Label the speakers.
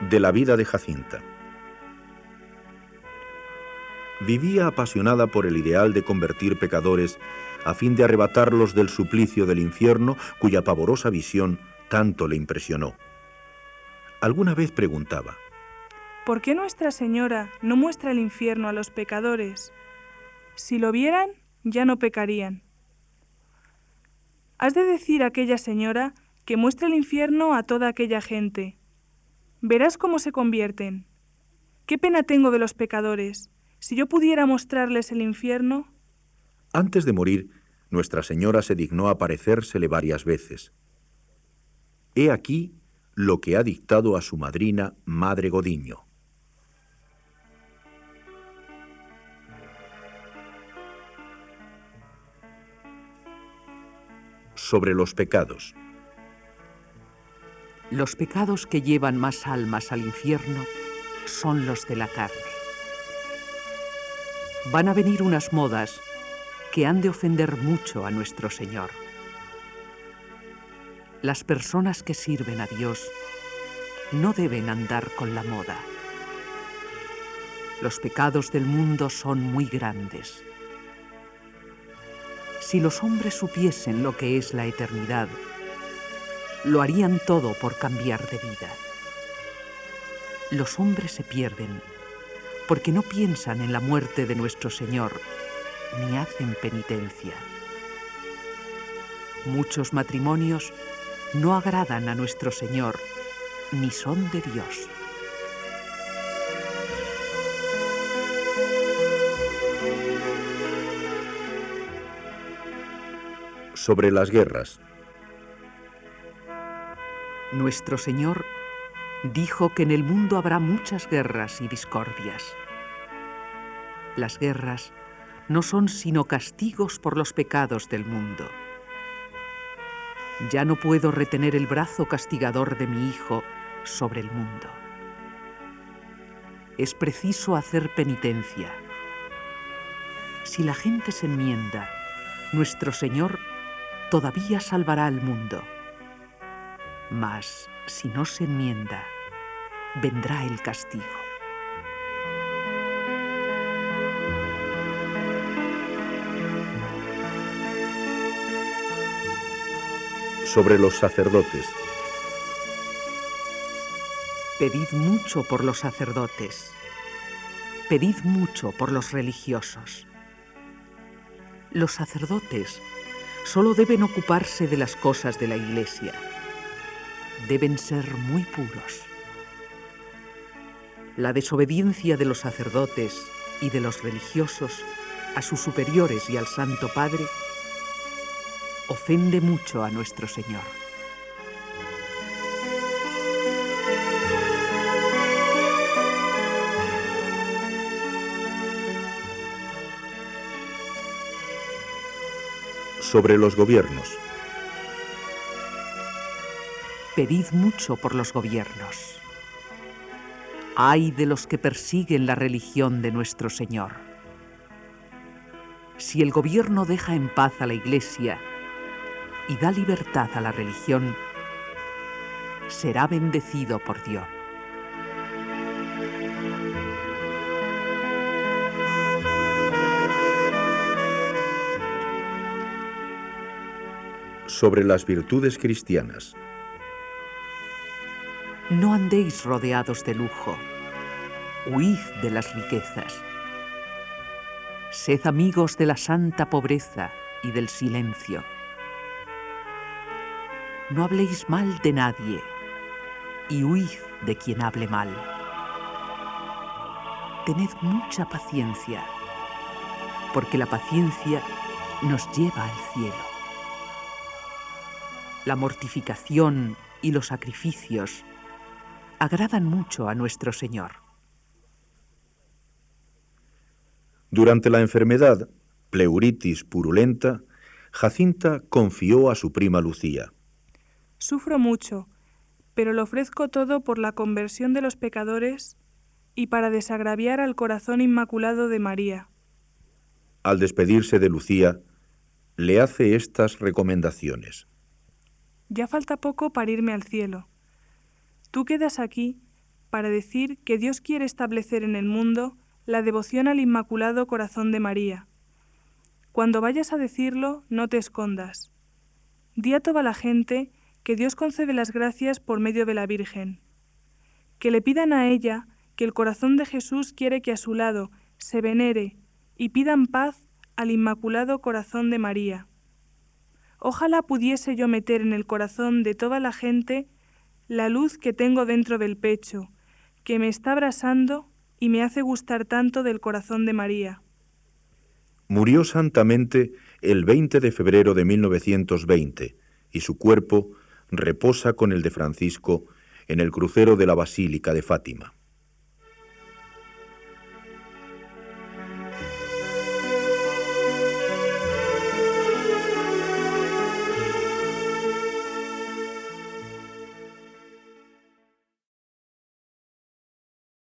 Speaker 1: De la vida de Jacinta. Vivía apasionada por el ideal de convertir pecadores a fin de arrebatarlos del suplicio del infierno, cuya pavorosa visión tanto le impresionó. Alguna vez preguntaba:
Speaker 2: ¿por qué Nuestra Señora no muestra el infierno a los pecadores? Si lo vieran, ya no pecarían. Has de decir a aquella señora que muestre el infierno a toda aquella gente. Verás cómo se convierten. ¿Qué pena tengo de los pecadores? Si yo pudiera mostrarles el infierno...
Speaker 1: Antes de morir, Nuestra Señora se dignó aparecérsele varias veces. He aquí lo que ha dictado a su madrina, Madre Godiño. Sobre los pecados.
Speaker 3: Los pecados que llevan más almas al infierno son los de la carne. Van a venir unas modas que han de ofender mucho a nuestro Señor. Las personas que sirven a Dios no deben andar con la moda. Los pecados del mundo son muy grandes. Si los hombres supiesen lo que es la eternidad, lo harían todo por cambiar de vida. Los hombres se pierden porque no piensan en la muerte de nuestro Señor ni hacen penitencia. Muchos matrimonios no agradan a nuestro Señor ni son de Dios.
Speaker 1: Sobre las guerras.
Speaker 3: Nuestro Señor dijo que en el mundo habrá muchas guerras y discordias. Las guerras no son sino castigos por los pecados del mundo. Ya no puedo retener el brazo castigador de mi Hijo sobre el mundo. Es preciso hacer penitencia. Si la gente se enmienda, nuestro Señor todavía salvará al mundo. Mas, si no se enmienda, vendrá el castigo.
Speaker 1: Sobre los sacerdotes.
Speaker 3: Pedid mucho por los sacerdotes. Pedid mucho por los religiosos. Los sacerdotes solo deben ocuparse de las cosas de la Iglesia. Deben ser muy puros. La desobediencia de los sacerdotes y de los religiosos a sus superiores y al Santo Padre ofende mucho a nuestro Señor.
Speaker 1: Sobre los gobiernos.
Speaker 3: Pedid mucho por los gobiernos. Ay de los que persiguen la religión de nuestro Señor. Si el gobierno deja en paz a la Iglesia y da libertad a la religión, será bendecido por Dios.
Speaker 1: Sobre las virtudes cristianas.
Speaker 3: No andéis rodeados de lujo, huid de las riquezas. Sed amigos de la santa pobreza y del silencio. No habléis mal de nadie y huid de quien hable mal. Tened mucha paciencia, porque la paciencia nos lleva al cielo. La mortificación y los sacrificios agradan mucho a nuestro Señor.
Speaker 1: Durante la enfermedad, pleuritis purulenta, Jacinta confió a su prima Lucía.
Speaker 2: Sufro mucho, pero lo ofrezco todo por la conversión de los pecadores y para desagraviar al corazón inmaculado de María.
Speaker 1: Al despedirse de Lucía, le hace estas recomendaciones.
Speaker 2: Ya falta poco para irme al cielo. Tú quedas aquí para decir que Dios quiere establecer en el mundo la devoción al Inmaculado Corazón de María. Cuando vayas a decirlo, no te escondas. Di a toda la gente que Dios concede las gracias por medio de la Virgen. Que le pidan a ella que el corazón de Jesús quiere que a su lado se venere y pidan paz al Inmaculado Corazón de María. Ojalá pudiese yo meter en el corazón de toda la gente la luz que tengo dentro del pecho, que me está abrasando y me hace gustar tanto del corazón de María.
Speaker 1: Murió santamente el 20 de febrero de 1920 y su cuerpo reposa con el de Francisco en el crucero de la Basílica de Fátima.